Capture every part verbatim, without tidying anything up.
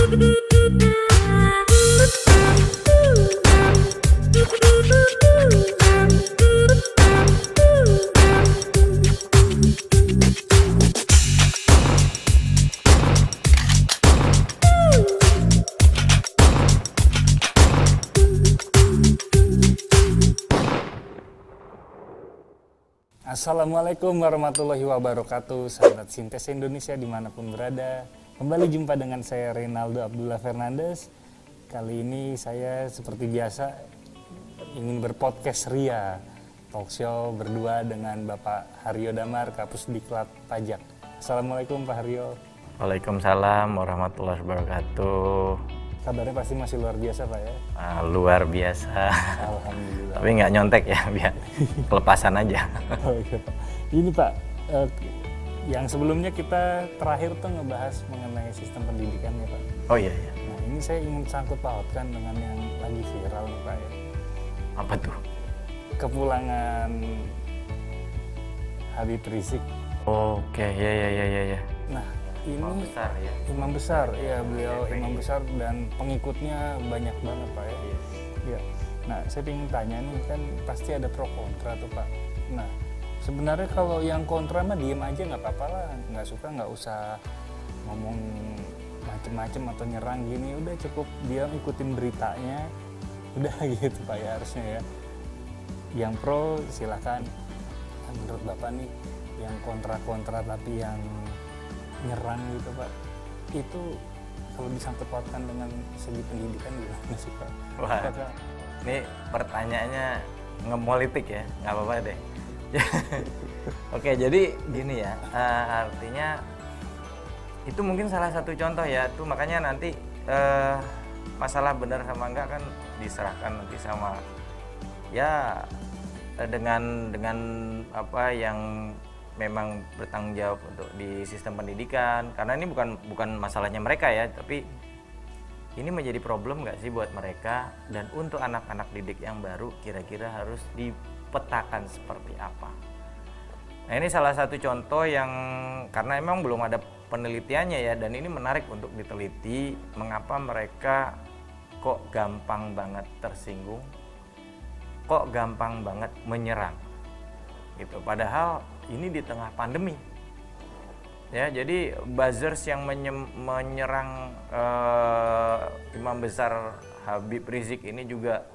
Assalamualaikum warahmatullahi wabarakatuh, sahabat Sintes Indonesia dimanapun berada. Kembali jumpa dengan saya Reynaldo Abdullah Fernandes. Kali ini saya seperti biasa ingin berpodcast Ria, talk show berdua dengan Bapak Haryo Damar, Kapus Diklat Pajak. Assalamualaikum Pak Haryo. Waalaikumsalam warahmatullahi wabarakatuh. Kabarnya pasti masih luar biasa Pak ya? Ah, luar biasa. Alhamdulillah. Tapi nggak nyontek ya, biar kelepasan aja. Oh iya Pak. Ini Pak, eh, yang sebelumnya kita terakhir tuh ngebahas mengenai sistem pendidikan ya Pak. Oh iya iya. Nah ini saya ingin sangkut pautkan dengan yang lagi viral nih Pak ya. Apa tuh? Kepulangan Habib Rizik. Oke, ya ya ya ya ya. Nah ini Imam besar ya. Imam besar, ya beliau F P I. imam besar dan pengikutnya banyak banget Pak ya. Yes. Ya. Nah saya ingin tanya nih, kan pasti ada pro kontra tuh Pak. Nah sebenarnya kalau yang kontra mah diem aja nggak apa-apa lah, nggak suka nggak usah ngomong macem-macem atau nyerang gini, udah cukup dia ikutin beritanya, udah gitu Pak ya harusnya ya. Yang pro silakan. Nah, menurut Bapak nih yang kontra-kontra tapi yang nyerang gitu Pak, itu kalau disangkut pautkan dengan segi pendidikan gimana sih Pak? Wah, Apakah... ini pertanyaannya ngepolitik ya, nggak apa-apa deh. Oke, jadi gini ya, uh, artinya itu mungkin salah satu contoh ya, tuh makanya nanti uh, masalah benar sama enggak kan diserahkan nanti sama ya dengan dengan apa yang memang bertanggung jawab untuk di sistem pendidikan, karena ini bukan bukan masalahnya mereka ya, tapi ini menjadi problem nggak sih buat mereka, dan untuk anak-anak didik yang baru kira-kira harus dipetakan seperti apa. Nah ini salah satu contoh yang karena memang belum ada penelitiannya ya, dan ini menarik untuk diteliti mengapa mereka kok gampang banget tersinggung, kok gampang banget menyerang gitu, padahal ini di tengah pandemi ya. Jadi buzzers yang menye- menyerang uh, imam besar Habib Rizik ini juga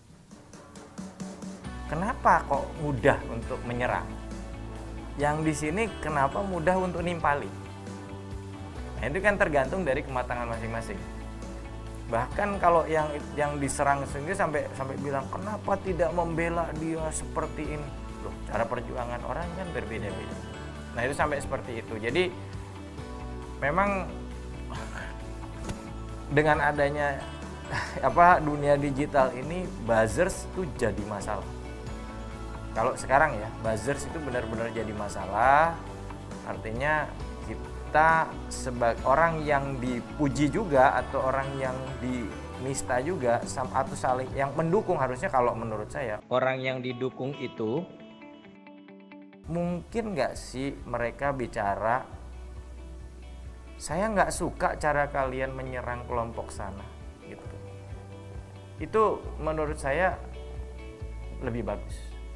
kenapa kok mudah untuk menyerang, yang di sini kenapa mudah untuk nimpali. Nah itu kan tergantung dari kematangan masing-masing. Bahkan kalau yang yang diserang sendiri sampai sampai bilang kenapa tidak membela dia seperti ini. Loh, cara perjuangan orang kan berbeda-beda. Nah itu sampai seperti itu. Jadi memang dengan adanya apa dunia digital ini, buzzers itu jadi masalah. Kalau sekarang ya, buzzers itu benar-benar jadi masalah. Artinya kita sebagai orang yang dipuji juga atau orang yang dinista juga atau saling yang mendukung, harusnya kalau menurut saya orang yang didukung itu mungkin nggak sih mereka bicara, saya nggak suka cara kalian menyerang kelompok sana gitu. Itu menurut saya lebih bagus.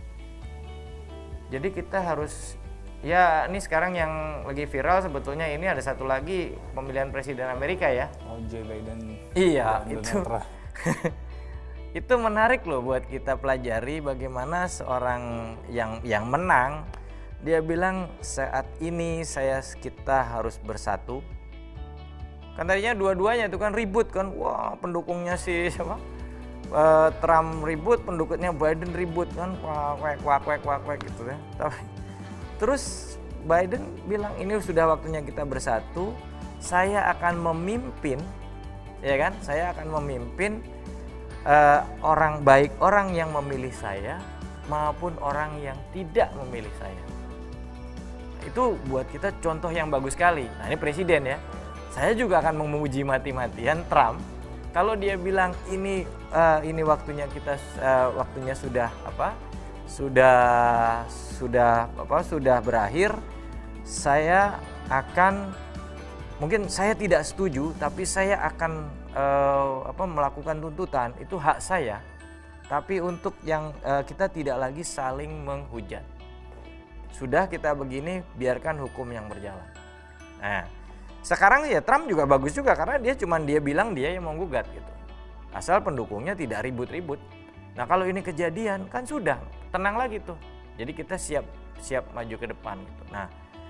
Jadi kita harus ya, ini sekarang yang lagi viral sebetulnya ini ada satu lagi pemilihan presiden Amerika ya. Oh, Joe Biden. Iya, Dan itu. Itu menarik loh buat kita pelajari bagaimana seorang yang yang menang, dia bilang saat ini saya kita harus bersatu. Kan tadinya dua-duanya itu kan ribut kan, wah pendukungnya si siapa? Uh, Trump ribut, pendukungnya Biden ribut kan, wah kwek kwek kwek kwek kwek gitu ya. Tapi terus Biden bilang ini sudah waktunya kita bersatu, saya akan memimpin, ya kan? Saya akan memimpin uh, orang baik, orang yang memilih saya maupun orang yang tidak memilih saya. Itu buat kita contoh yang bagus sekali. Nah ini presiden ya. Saya juga akan memuji mati-matian Trump kalau dia bilang ini uh, ini waktunya kita uh, waktunya sudah apa? Sudah sudah apa? Sudah berakhir. Saya akan mungkin saya tidak setuju, tapi saya akan uh, apa melakukan tuntutan, itu hak saya. Tapi untuk yang uh, kita tidak lagi saling menghujat. Sudah kita begini, biarkan hukum yang berjalan. Nah, sekarang ya Trump juga bagus juga karena dia cuman dia bilang dia yang menggugat gitu. Asal pendukungnya tidak ribut-ribut. Nah, kalau ini kejadian kan sudah tenang lagi tuh. Jadi kita siap siap maju ke depan gitu. Nah,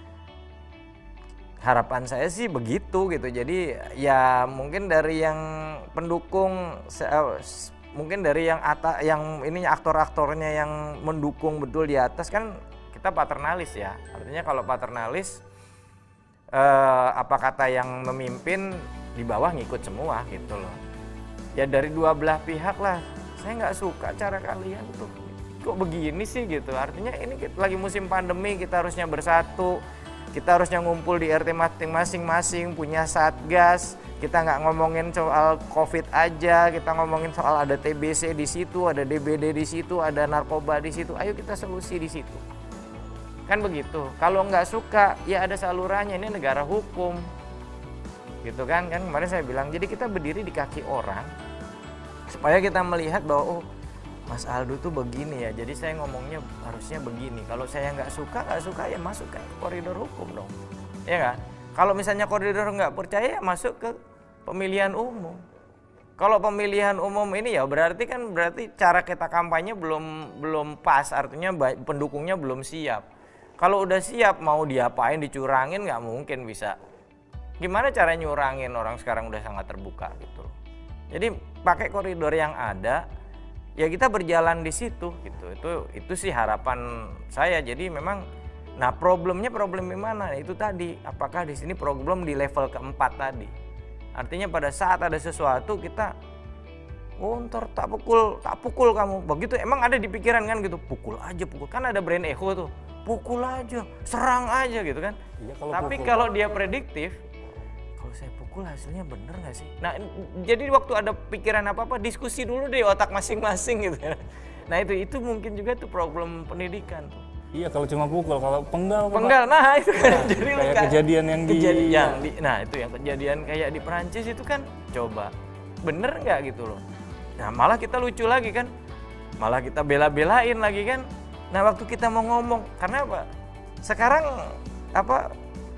harapan saya sih begitu gitu. Jadi ya mungkin dari yang pendukung, mungkin dari yang ata, yang ini aktor-aktornya yang mendukung betul di atas kan kita paternalis ya. Artinya kalau paternalis eh, apa kata yang memimpin di bawah ngikut semua gitu loh. Ya dari dua belah pihak lah. Saya nggak suka cara kalian tuh. Kok begini sih gitu. Artinya ini lagi musim pandemi, kita harusnya bersatu. Kita harusnya ngumpul di R T masing-masing, punya satgas. Kita nggak ngomongin soal COVID aja, kita ngomongin soal ada T B C di situ, ada D B D di situ, ada narkoba di situ. Ayo kita solusi di situ. Kan begitu. Kalau nggak suka, ya ada salurannya. Ini negara hukum, gitu kan? Kan kemarin saya bilang. Jadi kita berdiri di kaki orang supaya kita melihat bahwa oh, Mas Aldo tuh begini ya, jadi saya ngomongnya harusnya begini. Kalau saya nggak suka, nggak suka ya masuk ke koridor hukum dong, ya kan? Kalau misalnya koridor nggak percaya, ya masuk ke pemilihan umum. Kalau pemilihan umum ini ya berarti kan berarti cara kita kampanye belum belum pas, artinya pendukungnya belum siap. Kalau udah siap mau diapain, dicurangin nggak mungkin bisa. Gimana cara nyurangin, orang sekarang udah sangat terbuka gitu. Jadi pakai koridor yang ada. Ya kita berjalan di situ gitu. Itu itu sih harapan saya. Jadi memang nah problemnya problem di mana? Itu tadi, apakah di sini problem di level keempat tadi. Artinya pada saat ada sesuatu kita oh ntar tak pukul, tak pukul kamu. Begitu emang ada di pikiran kan gitu. Pukul aja, pukul. Kan ada brain echo tuh. Pukul aja, serang aja gitu kan. Iya, kalau tapi pukul. Kalau dia prediktif, kalau saya pukul hasilnya bener gak sih? Nah jadi waktu ada pikiran apa-apa diskusi dulu deh otak masing-masing gitu. Nah itu itu mungkin juga tuh problem pendidikan tuh. Iya kalau cuma pukul, kalau penggal penggal nah itu kan nah, jadi kayak kejadian yang di, kejadian di nah itu yang kejadian kayak di Perancis itu kan coba bener nggak gitu loh. Nah malah kita lucu lagi kan, malah kita bela-belain lagi kan. Nah waktu kita mau ngomong, karena apa? Sekarang apa?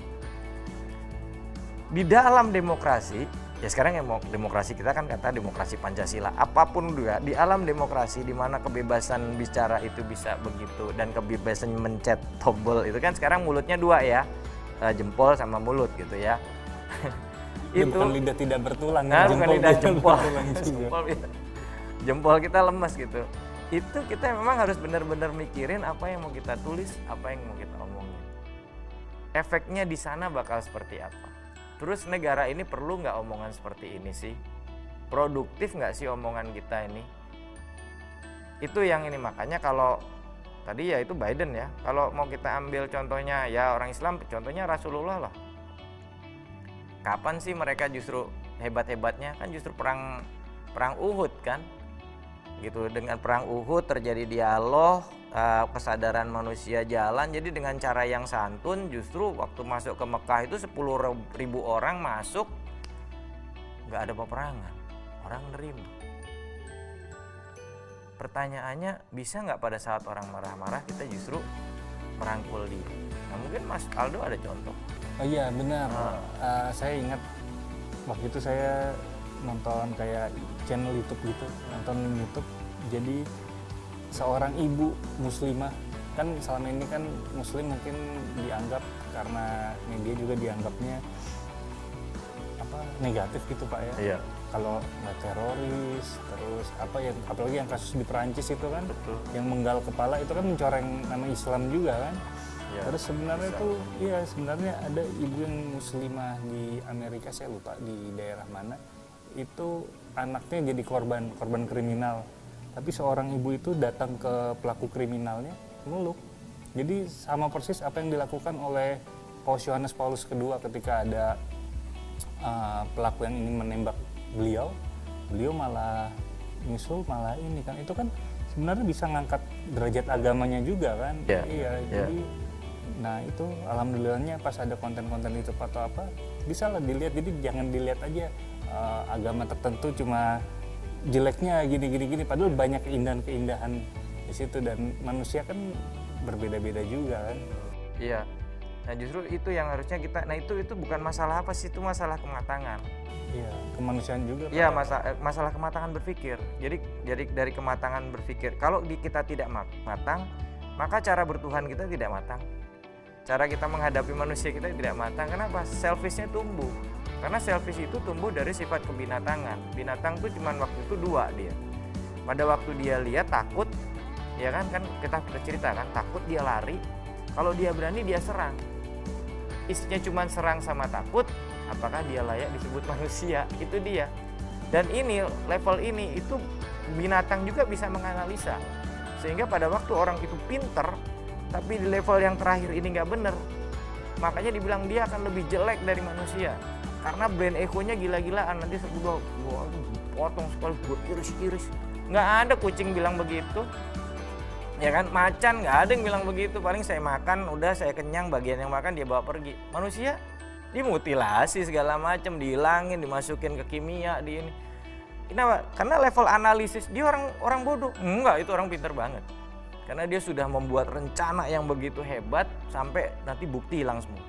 Di dalam demokrasi, ya sekarang ya demokrasi kita kan kata demokrasi Pancasila. Apapun juga di alam demokrasi di mana kebebasan bicara itu bisa begitu dan kebebasan mencet tombol itu kan sekarang mulutnya dua ya, jempol sama mulut gitu ya. Itu bukan lidah tidak bertulang, nah, jempol bukan lidah jempol. jempol, jempol kita lemas gitu. Itu kita memang harus benar-benar mikirin apa yang mau kita tulis, apa yang mau kita omongin. Efeknya di sana bakal seperti apa. Terus negara ini perlu nggak omongan seperti ini sih? Produktif nggak sih omongan kita ini? Itu yang ini, makanya kalau tadi ya itu Biden ya. Kalau mau kita ambil contohnya ya orang Islam, contohnya Rasulullah lah. Kapan sih mereka justru hebat-hebatnya? Kan justru perang perang Uhud kan? Gitu, dengan perang Uhud terjadi dialog, kesadaran manusia jalan. Jadi dengan cara yang santun justru waktu masuk ke Mekah itu sepuluh ribu orang masuk, nggak ada peperangan, orang nerima. Pertanyaannya, bisa nggak pada saat orang marah-marah kita justru merangkul dia? Nah mungkin Mas Aldo ada contoh. Oh iya benar, nah. uh, saya ingat waktu itu saya nonton kayak channel YouTube gitu, nonton YouTube. Jadi seorang ibu muslimah, kan selama ini kan muslim mungkin dianggap karena media juga dianggapnya apa negatif gitu Pak ya. Iya. Kalau nggak teroris, terus apa ya, apalagi yang kasus di Perancis itu kan, betul, yang menggal kepala itu kan mencoreng nama Islam juga kan. Ya, terus sebenarnya itu, iya sebenarnya ada ibu yang muslimah di Amerika, saya lupa di daerah mana, itu anaknya jadi korban korban kriminal. Tapi seorang ibu itu datang ke pelaku kriminalnya, meluk. Jadi sama persis apa yang dilakukan oleh Paus Yohanes Paulus kedua ketika ada uh, pelaku yang ingin menembak beliau, beliau malah nyusul, malah ini kan, itu kan sebenarnya bisa ngangkat derajat agamanya juga kan. Yeah, iya, yeah. jadi Nah itu alhamdulillahnya pas ada konten-konten itu atau apa bisa lah dilihat, jadi jangan dilihat aja uh, agama tertentu cuma jeleknya gini-gini gini, padahal banyak keindahan-keindahan di situ dan manusia kan berbeda-beda juga kan. Iya. Nah justru itu yang harusnya kita, nah itu itu bukan masalah apa sih, itu masalah kematangan. Iya, kemanusiaan juga. Iya, masa, masalah kematangan berpikir. Jadi jadi dari kematangan berpikir, kalau di kita tidak matang, maka cara bertuhan kita tidak matang. Cara kita menghadapi manusia kita tidak matang. Kenapa? Selfishnya tumbuh. Karena selfish itu tumbuh dari sifat kebinatangan. Binatang tuh cuman waktu itu dua dia. Pada waktu dia lihat takut, ya kan kan kita cerita kan, takut dia lari. Kalau dia berani dia serang. Isinya cuma serang sama takut, apakah dia layak disebut manusia? Itu dia. Dan ini level ini itu binatang juga bisa menganalisa. Sehingga pada waktu orang itu pinter, tapi di level yang terakhir ini nggak bener, makanya dibilang dia akan lebih jelek dari manusia. Karena brain echo-nya gila-gilaan. Nanti gue potong sekali, gue iris-iris. Nggak ada kucing bilang begitu. Ya kan, macan nggak ada yang bilang begitu. Paling saya makan, udah saya kenyang, bagian yang makan dia bawa pergi. Manusia dimutilasi segala macam, dihilangin, dimasukin ke kimia, di ini. Kenapa? Karena level analisis dia orang orang bodoh. Enggak, itu orang pintar banget. Karena dia sudah membuat rencana yang begitu hebat sampai nanti bukti hilang semua.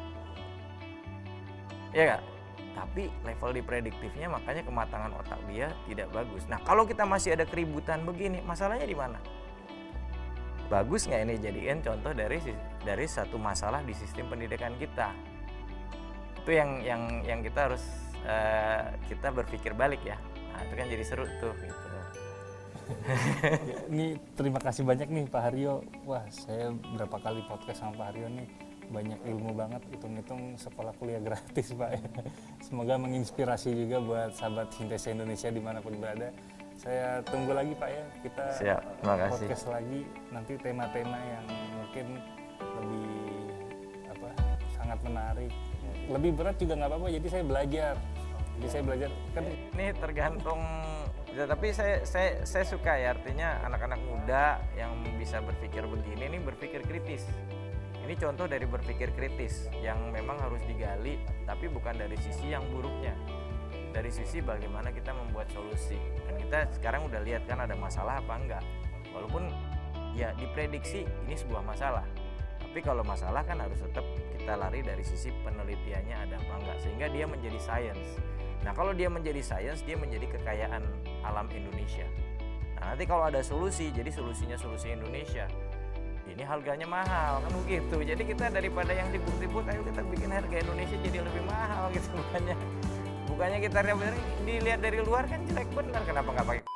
Ya nggak? Tapi level di prediktifnya makanya kematangan otak dia tidak bagus. Nah kalau kita masih ada keributan begini, masalahnya di mana? Bagus nggak ini jadiin contoh dari dari satu masalah di sistem pendidikan kita? Itu yang yang yang kita harus uh, kita berpikir balik ya. Nah, itu kan jadi seru tuh gitu. Ya, ini terima kasih banyak nih Pak Haryo. Wah, saya berapa kali podcast sama Pak Haryo nih, banyak ilmu banget, hitung-hitung sekolah kuliah gratis Pak. Semoga menginspirasi juga buat sahabat Sintesa Indonesia dimanapun berada. Saya tunggu lagi Pak ya, kita Siap, terima kasih. podcast lagi nanti tema-tema yang mungkin lebih apa sangat menarik, lebih berat juga nggak apa-apa. Jadi saya belajar, jadi saya belajar kan. Ini tergantung, ya, tapi saya saya saya suka ya, artinya anak-anak muda yang bisa berpikir begini, ini berpikir kritis. Ini contoh dari berpikir kritis yang memang harus digali, tapi bukan dari sisi yang buruknya. Dari sisi bagaimana kita membuat solusi. Dan kita sekarang udah lihat kan ada masalah apa enggak. Walaupun ya diprediksi ini sebuah masalah. Tapi kalau masalah kan harus tetap kita lari dari sisi penelitiannya ada apa enggak. Sehingga dia menjadi science. Nah kalau dia menjadi science, dia menjadi kekayaan alam Indonesia. Nah nanti kalau ada solusi, jadi solusinya solusi Indonesia. Ini harganya mahal kan begitu. Jadi kita daripada yang ribut-ribut, ayo kita bikin harga Indonesia jadi lebih mahal gitu bukannya. Bukannya kita dilihat dari luar kan jelek benar, kenapa nggak pakai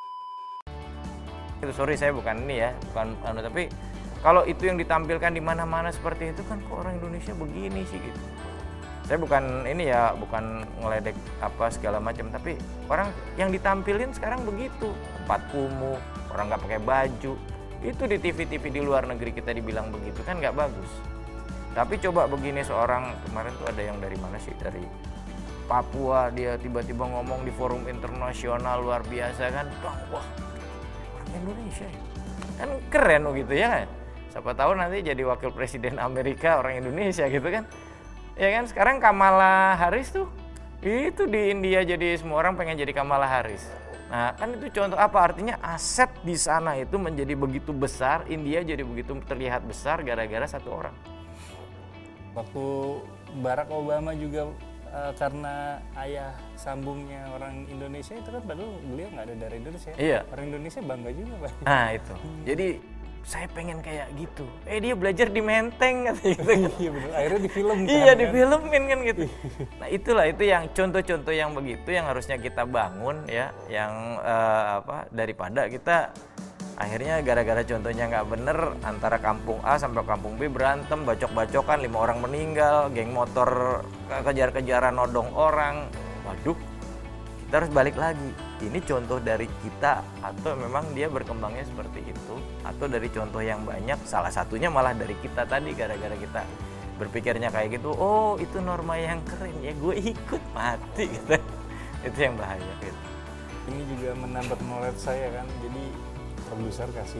itu? Sorry saya bukan ini ya, bukan anu, tapi kalau itu yang ditampilkan di mana-mana seperti itu kan kok orang Indonesia begini sih gitu. Saya bukan ini ya, bukan ngeledek apa segala macam, tapi orang yang ditampilin sekarang begitu, tempat kumuh, orang nggak pakai baju, itu di T V-T V di luar negeri kita dibilang begitu kan nggak bagus. Tapi coba begini, seorang kemarin tuh ada yang dari mana sih, dari Papua, dia tiba-tiba ngomong di forum internasional luar biasa kan, wah orang Indonesia kan keren gitu ya, siapa tahu nanti jadi wakil presiden Amerika orang Indonesia gitu kan, ya kan. Sekarang Kamala Harris tuh itu di India, jadi semua orang pengen jadi Kamala Harris. Nah kan itu contoh apa, artinya aset di sana itu menjadi begitu besar, India jadi begitu terlihat besar gara-gara satu orang. Waktu Barack Obama juga Uh, karena ayah sambungnya orang Indonesia itu kan, padahal beliau nggak ada dari Indonesia. Iya. Orang Indonesia bangga juga Pak. Nah itu. Jadi saya pengen kayak gitu. Eh dia belajar di Menteng katanya gitu. Iya benar. Akhirnya di film. Iya kan? Difilmin kan gitu. Nah itulah itu yang contoh-contoh yang begitu yang harusnya kita bangun ya, yang uh, apa daripada kita akhirnya gara-gara contohnya nggak bener, antara kampung A sampai kampung B berantem, bacok-bacokan, lima orang meninggal, geng motor kejar-kejaran nodong orang. Waduh, kita harus balik lagi. Ini contoh dari kita atau memang dia berkembangnya seperti itu, atau dari contoh yang banyak, salah satunya malah dari kita tadi, gara-gara kita berpikirnya kayak gitu, oh itu norma yang keren ya, gue ikut mati gitu. Itu yang bahaya gitu. Ini juga menambah knowledge saya kan, jadi produser kasih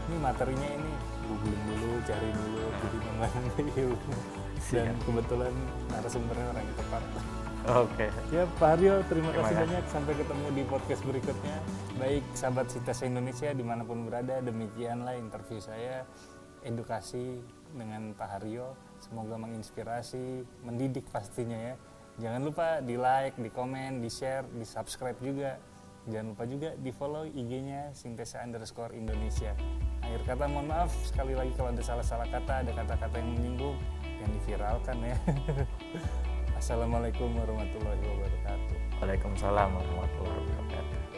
ini materinya ini googling dulu, cari dulu, jadi memang dan kebetulan narasumbernya orang yang tepat. Oke. Ya Pak Haryo, terima, Terima kasih kasih. banyak. Sampai ketemu di podcast berikutnya. Baik sahabat Sintes Indonesia dimanapun berada, demikianlah interview saya, edukasi dengan Pak Haryo. Semoga menginspirasi, mendidik pastinya ya. Jangan lupa di like, di komen, di share, di subscribe juga. Jangan lupa juga di follow I G-nya Sintesa underscore Indonesia. Akhir kata mohon maaf sekali lagi kalau ada salah-salah kata, ada kata-kata yang menyinggung, yang diviralkan ya. Assalamualaikum warahmatullahi wabarakatuh. Waalaikumsalam warahmatullahi wabarakatuh.